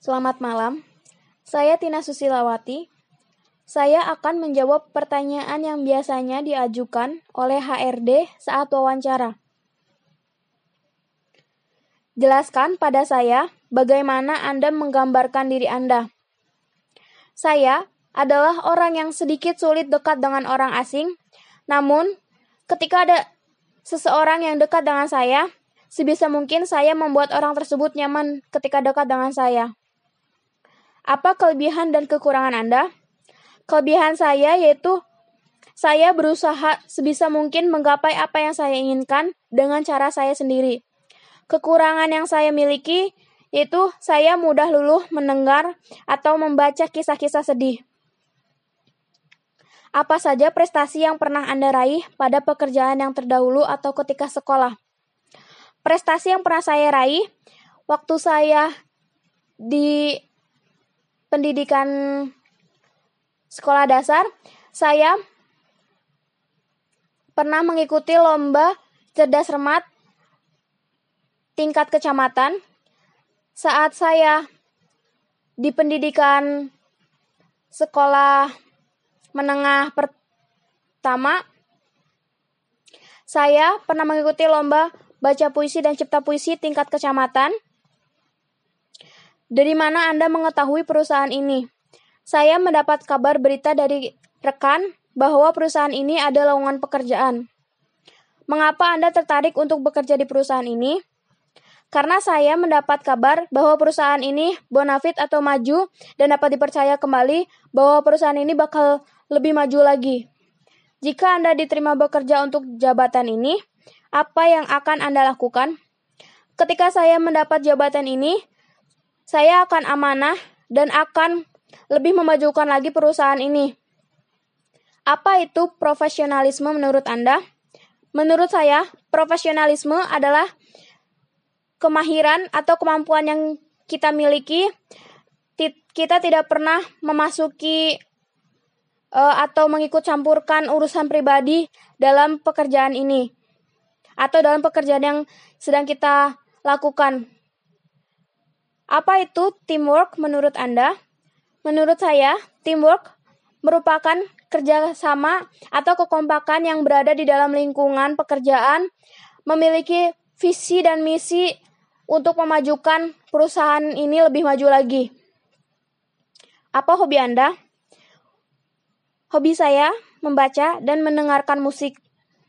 Selamat malam, saya Tina Susilawati. Saya akan menjawab pertanyaan yang biasanya diajukan oleh HRD saat wawancara. Jelaskan pada saya bagaimana Anda menggambarkan diri Anda. Saya adalah orang yang sedikit sulit dekat dengan orang asing, namun ketika ada seseorang yang dekat dengan saya, sebisa mungkin saya membuat orang tersebut nyaman ketika dekat dengan saya. Apa kelebihan dan kekurangan Anda? Kelebihan saya yaitu saya berusaha sebisa mungkin menggapai apa yang saya inginkan dengan cara saya sendiri. Kekurangan yang saya miliki yaitu saya mudah luluh mendengar atau membaca kisah-kisah sedih. Apa saja prestasi yang pernah Anda raih pada pekerjaan yang terdahulu atau ketika sekolah? Prestasi yang pernah saya raih waktu saya di pendidikan sekolah dasar, saya pernah mengikuti lomba cerdas cermat tingkat kecamatan. Saat saya di pendidikan sekolah menengah pertama, saya pernah mengikuti lomba baca puisi dan cipta puisi tingkat kecamatan. Dari mana Anda mengetahui perusahaan ini? Saya mendapat kabar berita dari rekan bahwa perusahaan ini ada lowongan pekerjaan. Mengapa Anda tertarik untuk bekerja di perusahaan ini? Karena saya mendapat kabar bahwa perusahaan ini bonafit atau maju dan dapat dipercaya kembali bahwa perusahaan ini bakal lebih maju lagi. Jika Anda diterima bekerja untuk jabatan ini, apa yang akan Anda lakukan? Ketika saya mendapat jabatan ini, saya akan amanah dan akan lebih memajukan lagi perusahaan ini. Apa itu profesionalisme menurut Anda? Menurut saya, profesionalisme adalah kemahiran atau kemampuan yang kita miliki. Kita tidak pernah memasuki atau mengikut campurkan urusan pribadi dalam pekerjaan ini atau dalam pekerjaan yang sedang kita lakukan. Apa itu teamwork menurut Anda? Menurut saya, teamwork merupakan kerjasama atau kekompakan yang berada di dalam lingkungan pekerjaan, memiliki visi dan misi untuk memajukan perusahaan ini lebih maju lagi. Apa hobi Anda? Hobi saya membaca dan mendengarkan musik.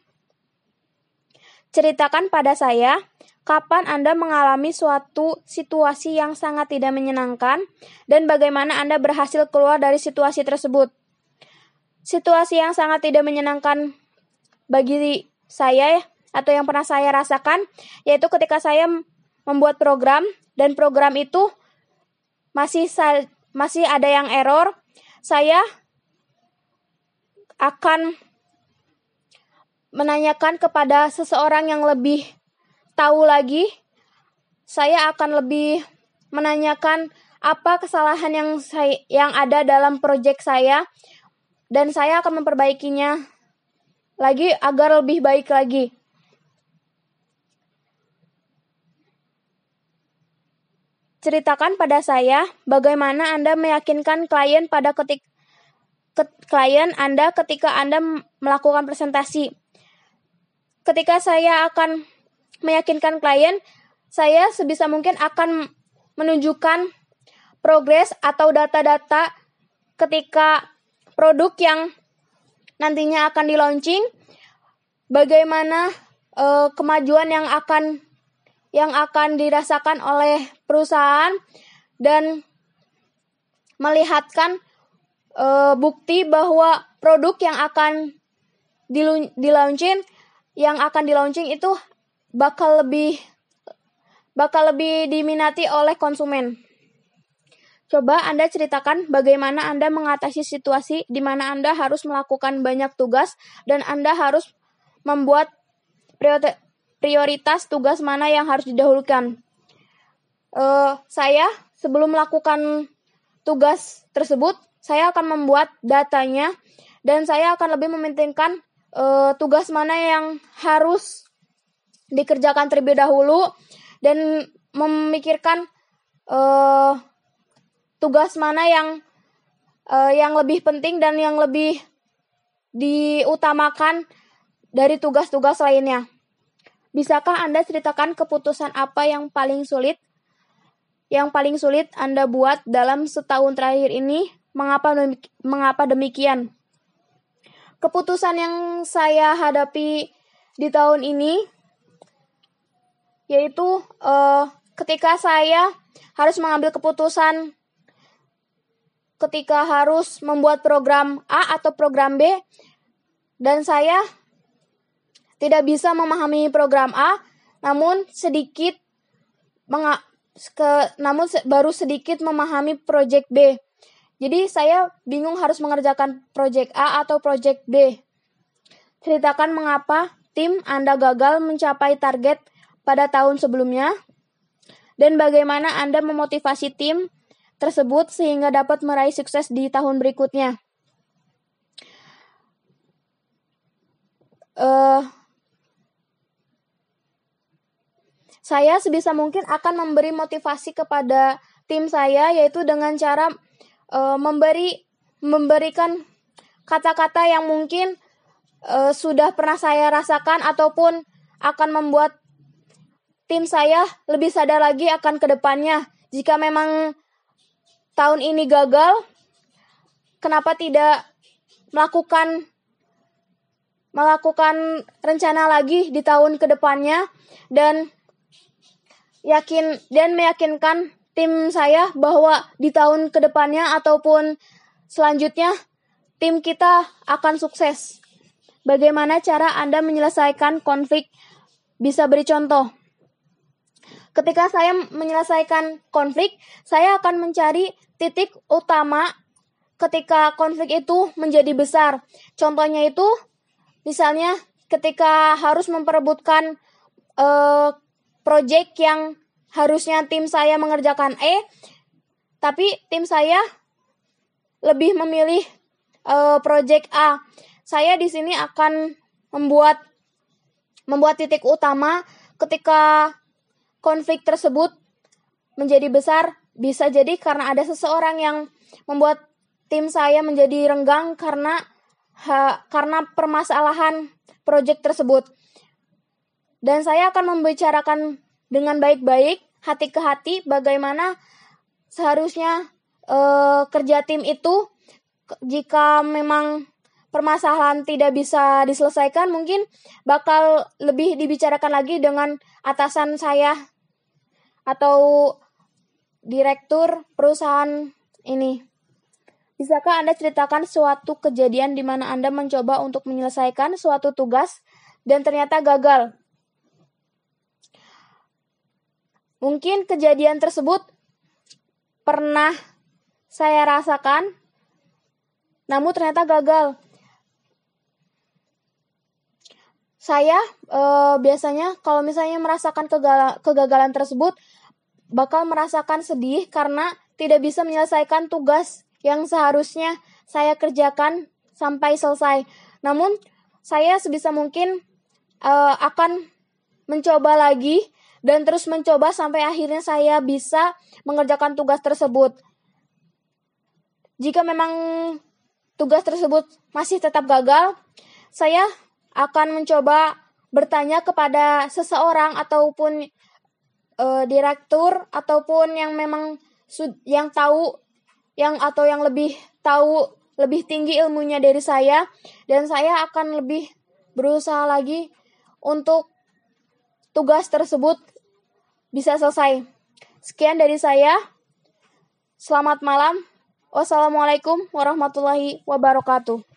Ceritakan pada saya kapan Anda mengalami suatu situasi yang sangat tidak menyenangkan dan bagaimana Anda berhasil keluar dari situasi tersebut. Situasi yang sangat tidak menyenangkan bagi saya atau yang pernah saya rasakan yaitu ketika saya membuat program dan program itu masih ada yang error, saya akan menanyakan kepada seseorang yang lebih tahu lagi. Saya akan lebih menanyakan apa kesalahan yang ada dalam proyek saya dan saya akan memperbaikinya lagi agar lebih baik lagi. Ceritakan pada saya bagaimana Anda meyakinkan klien klien Anda ketika Anda melakukan presentasi. Ketika saya akan meyakinkan klien, saya sebisa mungkin akan menunjukkan progres atau data-data ketika produk yang nantinya akan di-launching, bagaimana kemajuan yang akan dirasakan oleh perusahaan dan melihatkan bukti bahwa produk yang akan di-launching itu bakal lebih diminati oleh konsumen. Coba Anda ceritakan bagaimana Anda mengatasi situasi di mana Anda harus melakukan banyak tugas dan Anda harus membuat prioritas tugas mana yang harus didahulukan. Saya sebelum melakukan tugas tersebut, saya akan membuat datanya dan saya akan lebih mementingkan tugas mana yang harus dikerjakan terlebih dahulu dan memikirkan tugas mana yang lebih penting dan yang lebih diutamakan dari tugas-tugas lainnya. Bisakah Anda ceritakan keputusan apa yang paling sulit Anda buat dalam setahun terakhir ini? Mengapa demikian? Keputusan yang saya hadapi di tahun ini yaitu ketika saya harus mengambil keputusan ketika harus membuat program A atau program B, dan saya tidak bisa memahami program A, namun baru sedikit memahami project B. Jadi saya bingung harus mengerjakan project A atau project B. Ceritakan mengapa tim Anda gagal mencapai target pada tahun sebelumnya, dan bagaimana Anda memotivasi tim tersebut sehingga dapat meraih sukses di tahun berikutnya. Saya sebisa mungkin akan memberi motivasi kepada tim saya, yaitu dengan cara memberikan kata-kata yang mungkin sudah pernah saya rasakan ataupun akan membuat tim saya lebih sadar lagi akan kedepannya. Jika memang tahun ini gagal, kenapa tidak melakukan rencana lagi di tahun kedepannya, dan meyakinkan tim saya bahwa di tahun kedepannya ataupun selanjutnya tim kita akan sukses. Bagaimana cara Anda menyelesaikan konflik? Bisa beri contoh. Ketika saya menyelesaikan konflik, saya akan mencari titik utama ketika konflik itu menjadi besar. Contohnya itu, misalnya ketika harus memperebutkan proyek yang harusnya tim saya mengerjakan E, tapi tim saya lebih memilih proyek A. Saya di sini akan membuat titik utama ketika konflik tersebut menjadi besar. Bisa jadi karena ada seseorang yang membuat tim saya menjadi renggang karena permasalahan proyek tersebut. Dan saya akan membicarakan dengan baik-baik, hati ke hati, bagaimana seharusnya kerja tim itu. Jika memang permasalahan tidak bisa diselesaikan, mungkin bakal lebih dibicarakan lagi dengan atasan saya atau direktur perusahaan ini. Bisakah Anda ceritakan suatu kejadian di mana Anda mencoba untuk menyelesaikan suatu tugas dan ternyata gagal? Mungkin kejadian tersebut pernah saya rasakan, namun ternyata gagal. Saya biasanya kalau misalnya merasakan kegagalan tersebut, bakal merasakan sedih karena tidak bisa menyelesaikan tugas yang seharusnya saya kerjakan sampai selesai. Namun saya sebisa mungkin akan mencoba lagi dan terus mencoba sampai akhirnya saya bisa mengerjakan tugas tersebut. Jika memang tugas tersebut masih tetap gagal, saya akan mencoba bertanya kepada seseorang ataupun direktur ataupun yang memang yang lebih tinggi ilmunya dari saya, dan saya akan lebih berusaha lagi untuk tugas tersebut bisa selesai. Sekian dari saya. Selamat malam. Wassalamualaikum warahmatullahi wabarakatuh.